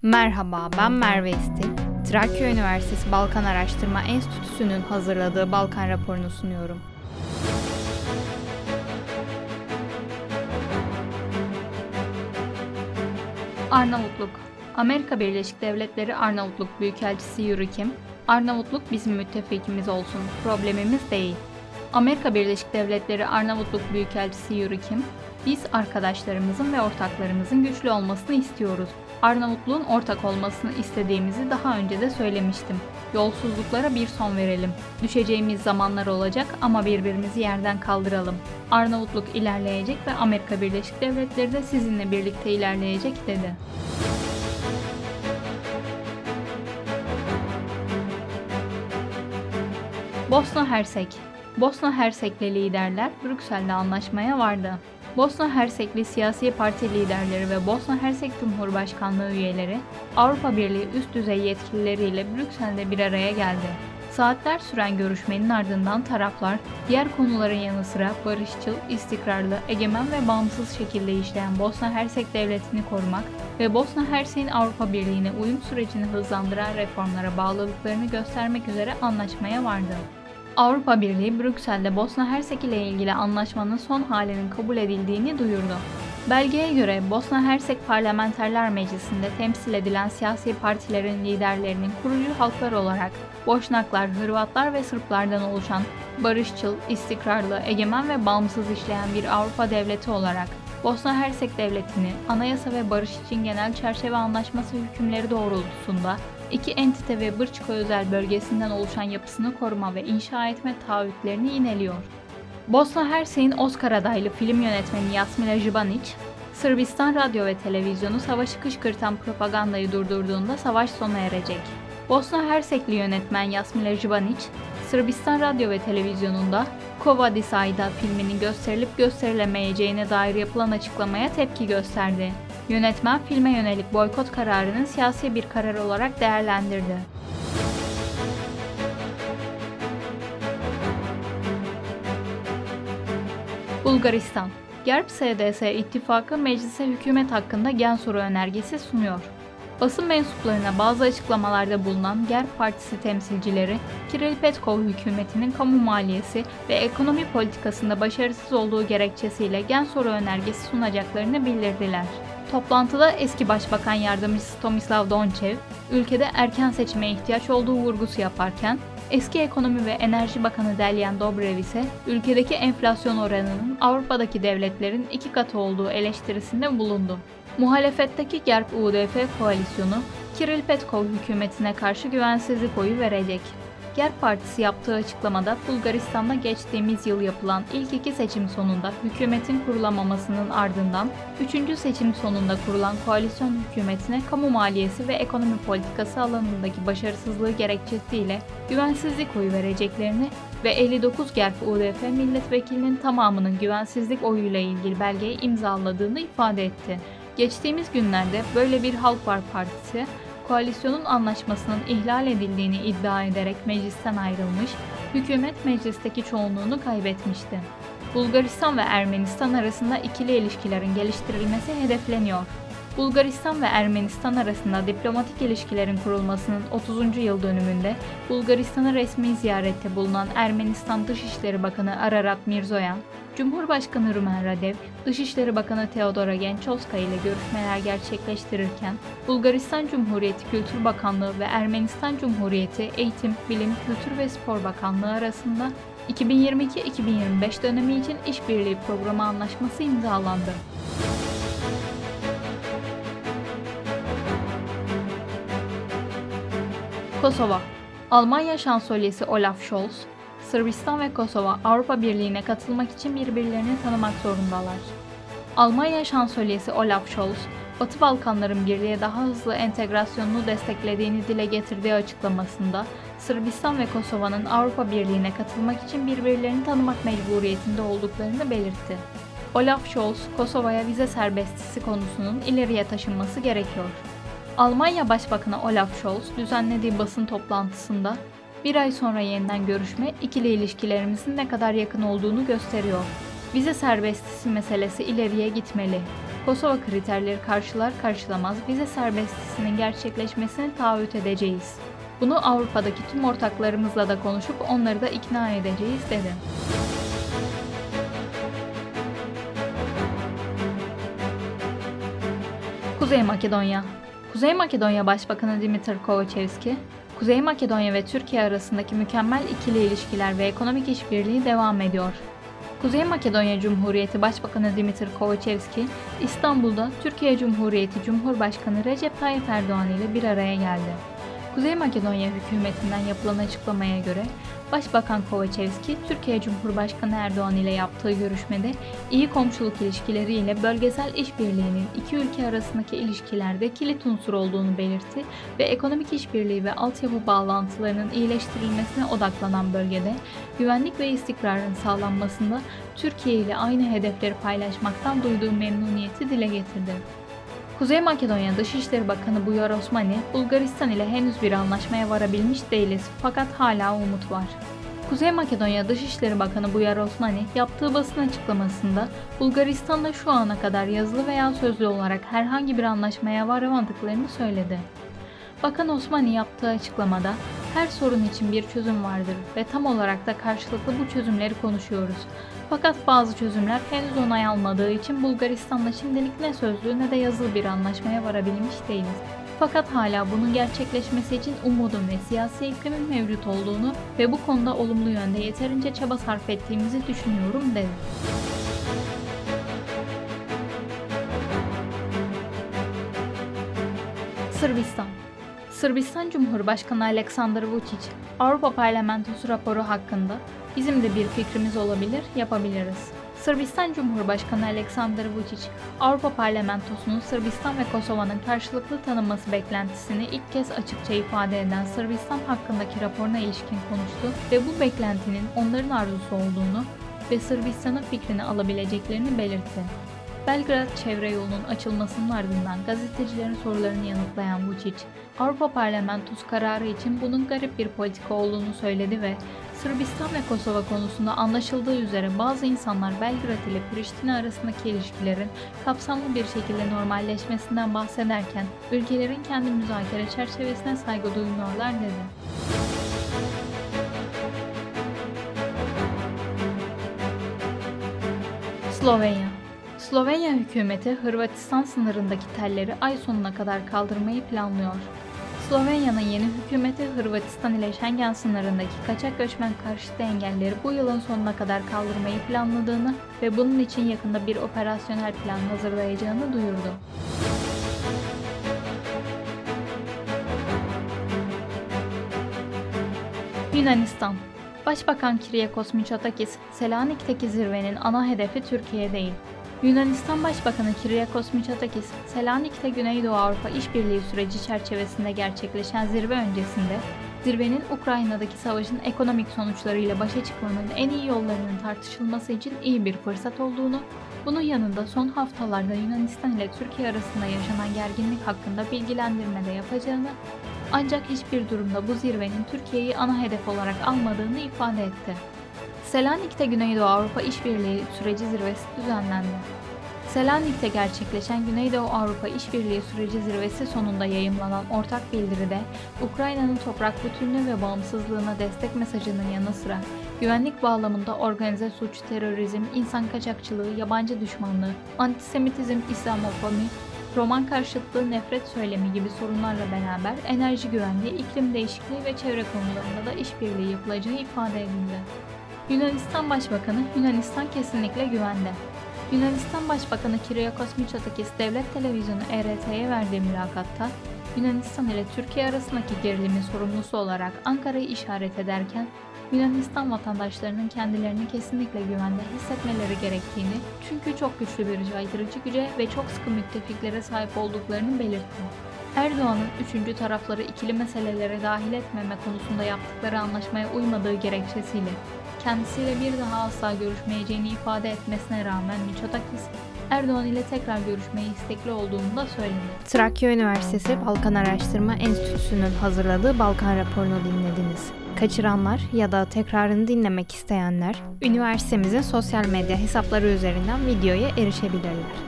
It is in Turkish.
Merhaba, ben Merve İstil. Trakya Üniversitesi Balkan Araştırma Enstitüsü'nün hazırladığı Balkan raporunu sunuyorum. Arnavutluk. Amerika Birleşik Devletleri Arnavutluk Büyükelçisi Yuri Kim, "Arnavutluk bizim müttefikimiz olsun, problemimiz değil." Amerika Birleşik Devletleri Arnavutluk Büyükelçisi Yuri Kim, "Biz arkadaşlarımızın ve ortaklarımızın güçlü olmasını istiyoruz. Arnavutluğun ortak olmasını istediğimizi daha önce de söylemiştim. Yolsuzluklara bir son verelim. Düşeceğimiz zamanlar olacak ama birbirimizi yerden kaldıralım. Arnavutluk ilerleyecek ve Amerika Birleşik Devletleri de sizinle birlikte ilerleyecek," dedi. Bosna Hersek. Bosna Hersekli liderler Brüksel'de anlaşmaya vardı. Bosna Hersekli siyasi parti liderleri ve Bosna Hersek Cumhurbaşkanlığı üyeleri Avrupa Birliği üst düzey yetkilileriyle Brüksel'de bir araya geldi. Saatler süren görüşmenin ardından taraflar diğer konuların yanı sıra barışçıl, istikrarlı, egemen ve bağımsız şekilde işleyen Bosna Hersek devletini korumak ve Bosna Hersek'in Avrupa Birliği'ne uyum sürecini hızlandıran reformlara bağlılıklarını göstermek üzere anlaşmaya vardı. Avrupa Birliği, Brüksel'de Bosna Hersek ile ilgili anlaşmanın son halinin kabul edildiğini duyurdu. Belgeye göre Bosna Hersek Parlamenterler Meclisi'nde temsil edilen siyasi partilerin liderlerinin kurucu halklar olarak Boşnaklar, Hırvatlar ve Sırplardan oluşan barışçıl, istikrarlı, egemen ve bağımsız işleyen bir Avrupa devleti olarak Bosna Hersek Devleti'ni Anayasa ve Barış için Genel Çerçeve Anlaşması hükümleri doğrultusunda iki entite ve Brčko özel bölgesinden oluşan yapısını koruma ve inşa etme taahhütlerini yineliyor. Bosna Hersek'in Oscar adaylı film yönetmeni Jasmila Žibanić, Sırbistan radyo ve televizyonu savaşı kışkırtan propagandayı durdurduğunda savaş sona erecek. Bosna Hersekli yönetmen Jasmila Žibanić, Sırbistan radyo ve televizyonunda Kova Disajda filminin gösterilip gösterilemeyeceğine dair yapılan açıklamaya tepki gösterdi. Yönetmen filme yönelik boykot kararını siyasi bir karar olarak değerlendirdi. Bulgaristan. GERB SDS ittifakı meclise hükümet hakkında gen soru önergesi sunuyor. Basın mensuplarına bazı açıklamalarda bulunan GERB Partisi temsilcileri, Kiril Petkov hükümetinin kamu maliyesi ve ekonomi politikasında başarısız olduğu gerekçesiyle gen soru önergesi sunacaklarını bildirdiler. Toplantıda eski Başbakan Yardımcısı Tomislav Dončev, ülkede erken seçime ihtiyaç olduğu vurgusu yaparken, eski Ekonomi ve Enerji Bakanı Delyan Dobrev ise ülkedeki enflasyon oranının Avrupa'daki devletlerin 2 katı olduğu eleştirisinde bulundu. Muhalefetteki GERB-UDF koalisyonu, Kiril Petkov hükümetine karşı güvensizlik oyu verecek. GERB Partisi yaptığı açıklamada Bulgaristan'da geçtiğimiz yıl yapılan ilk iki seçim sonunda hükümetin kurulamamasının ardından 3. seçim sonunda kurulan koalisyon hükümetine kamu maliyesi ve ekonomi politikası alanındaki başarısızlığı gerekçesiyle güvensizlik oyu vereceklerini ve 59 GERB-UDF milletvekilinin tamamının güvensizlik oyuyla ilgili belgeyi imzaladığını ifade etti. Geçtiğimiz günlerde böyle bir Halk Var Partisi, koalisyonun anlaşmasının ihlal edildiğini iddia ederek meclisten ayrılmış, hükümet meclisteki çoğunluğunu kaybetmişti. Bulgaristan ve Ermenistan arasında ikili ilişkilerin geliştirilmesi hedefleniyor. Bulgaristan ve Ermenistan arasında diplomatik ilişkilerin kurulmasının 30. yıl dönümünde Bulgaristan'ı resmi ziyarette bulunan Ermenistan Dışişleri Bakanı Ararat Mirzoyan, Cumhurbaşkanı Rumen Radev, Dışişleri Bakanı Teodora Gençovska ile görüşmeler gerçekleştirirken, Bulgaristan Cumhuriyeti Kültür Bakanlığı ve Ermenistan Cumhuriyeti Eğitim, Bilim, Kültür ve Spor Bakanlığı arasında 2022-2025 dönemi için işbirliği programı anlaşması imzalandı. Kosova. Almanya Şansölyesi Olaf Scholz, Sırbistan ve Kosova Avrupa Birliği'ne katılmak için birbirlerini tanımak zorundalar. Almanya Şansölyesi Olaf Scholz, Batı Balkanların birliğe daha hızlı entegrasyonunu desteklediğini dile getirdiği açıklamasında, Sırbistan ve Kosova'nın Avrupa Birliği'ne katılmak için birbirlerini tanımak mecburiyetinde olduklarını belirtti. Olaf Scholz, Kosova'ya vize serbestisi konusunun ileriye taşınması gerekiyor. Almanya Başbakanı Olaf Scholz düzenlediği basın toplantısında, "Bir ay sonra yeniden görüşme, ikili ilişkilerimizin ne kadar yakın olduğunu gösteriyor. Vize serbestisi meselesi ileriye gitmeli. Kosova kriterleri karşılar karşılamaz vize serbestisinin gerçekleşmesini taahhüt edeceğiz. Bunu Avrupa'daki tüm ortaklarımızla da konuşup onları da ikna edeceğiz dedi. Kuzey Makedonya. Kuzey Makedonya Başbakanı Dimitar Kovačevski, Kuzey Makedonya ve Türkiye arasındaki mükemmel ikili ilişkiler ve ekonomik işbirliği devam ediyor. Kuzey Makedonya Cumhuriyeti Başbakanı Dimitar Kovačevski, İstanbul'da Türkiye Cumhuriyeti Cumhurbaşkanı Recep Tayyip Erdoğan ile bir araya geldi. Kuzey Makedonya hükümetinden yapılan açıklamaya göre, Başbakan Kovačevski, Türkiye Cumhurbaşkanı Erdoğan ile yaptığı görüşmede iyi komşuluk ilişkileriyle bölgesel işbirliğinin iki ülke arasındaki ilişkilerde kilit unsur olduğunu belirtti ve ekonomik işbirliği ve altyapı bağlantılarının iyileştirilmesine odaklanan bölgede güvenlik ve istikrarın sağlanmasında Türkiye ile aynı hedefleri paylaşmaktan duyduğu memnuniyeti dile getirdi. Kuzey Makedonya Dışişleri Bakanı Bujar Osmani, Bulgaristan ile henüz bir anlaşmaya varabilmiş değiliz fakat hala umut var. Kuzey Makedonya Dışişleri Bakanı Bujar Osmani, yaptığı basın açıklamasında Bulgaristan'la şu ana kadar yazılı veya sözlü olarak herhangi bir anlaşmaya varamadıklarını söyledi. Bakan Osmani yaptığı açıklamada, her sorun için bir çözüm vardır ve tam olarak da karşılıklı bu çözümleri konuşuyoruz. Fakat bazı çözümler henüz onay almadığı için Bulgaristan'la şimdilik ne sözlü ne de yazılı bir anlaşmaya varabilmiş değiliz. Fakat hala bunun gerçekleşmesi için umudum ve siyasi iklimin mevcut olduğunu ve bu konuda olumlu yönde yeterince çaba sarf ettiğimizi düşünüyorum dedi. Sırbistan. Sırbistan Cumhurbaşkanı Aleksandar Vučić, Avrupa Parlamentosu raporu hakkında bizim de bir fikrimiz olabilir, yapabiliriz. Sırbistan Cumhurbaşkanı Aleksandar Vučić, Avrupa Parlamentosu'nun Sırbistan ve Kosova'nın karşılıklı tanınması beklentisini ilk kez açıkça ifade eden Sırbistan hakkındaki raporuna ilişkin konuştu ve bu beklentinin onların arzusu olduğunu ve Sırbistan'ın fikrini alabileceklerini belirtti. Belgrad çevre yolunun açılmasının ardından gazetecilerin sorularını yanıtlayan Vučić, Avrupa Parlamentosu kararı için bunun garip bir politika olduğunu söyledi ve Sırbistan ve Kosova konusunda anlaşıldığı üzere bazı insanlar Belgrad ile Priştine arasındaki ilişkilerin kapsamlı bir şekilde normalleşmesinden bahsederken ülkelerin kendi müzakere çerçevesine saygı duymuyorlar dedi. Slovenya. Slovenya hükümeti Hırvatistan sınırındaki telleri ay sonuna kadar kaldırmayı planlıyor. Slovenya'nın yeni hükümeti Hırvatistan ile Schengen sınırındaki kaçak göçmen karşıtı engelleri bu yılın sonuna kadar kaldırmayı planladığını ve bunun için yakında bir operasyonel plan hazırlayacağını duyurdu. Yunanistan. Başbakan Kyriakos Mitsotakis, Selanik'teki zirvenin ana hedefi Türkiye değil. Yunanistan Başbakanı Kyriakos Mitsotakis, Selanik'te Güneydoğu Avrupa İşbirliği süreci çerçevesinde gerçekleşen zirve öncesinde, zirvenin Ukrayna'daki savaşın ekonomik sonuçlarıyla başa çıkmanın en iyi yollarının tartışılması için iyi bir fırsat olduğunu, bunun yanında son haftalarda Yunanistan ile Türkiye arasında yaşanan gerginlik hakkında bilgilendirme de yapacağını, ancak hiçbir durumda bu zirvenin Türkiye'yi ana hedef olarak almadığını ifade etti. Selanik'te Güneydoğu Avrupa İşbirliği süreci zirvesi düzenlendi. Selanik'te gerçekleşen Güneydoğu Avrupa İşbirliği süreci zirvesi sonunda yayımlanan ortak bildiride, Ukrayna'nın toprak bütünlüğü ve bağımsızlığına destek mesajının yanı sıra, güvenlik bağlamında organize suç, terörizm, insan kaçakçılığı, yabancı düşmanlığı, antisemitizm, İslamofobi, roman karşıtlığı, nefret söylemi gibi sorunlarla beraber enerji güvenliği, iklim değişikliği ve çevre konularında da işbirliği yapılacağı ifade edildi. Yunanistan Başbakanı, Yunanistan kesinlikle güvende. Yunanistan Başbakanı Kyriakos Mitsotakis devlet televizyonu ERT'ye verdiği mülakatta, Yunanistan ile Türkiye arasındaki gerilimin sorumlusu olarak Ankara'yı işaret ederken, Yunanistan vatandaşlarının kendilerini kesinlikle güvende hissetmeleri gerektiğini, çünkü çok güçlü bir caydırıcı güce ve çok sıkı müttefiklere sahip olduklarını belirtti. Erdoğan'ın üçüncü tarafları ikili meselelere dahil etmeme konusunda yaptıkları anlaşmaya uymadığı gerekçesiyle kendisiyle bir daha asla görüşmeyeceğini ifade etmesine rağmen Mitsotakis, Erdoğan ile tekrar görüşmeye istekli olduğunu da söyledi. Trakya Üniversitesi Balkan Araştırma Enstitüsü'nün hazırladığı Balkan raporunu dinlediniz. Kaçıranlar ya da tekrarını dinlemek isteyenler, üniversitemizin sosyal medya hesapları üzerinden videoya erişebilirler.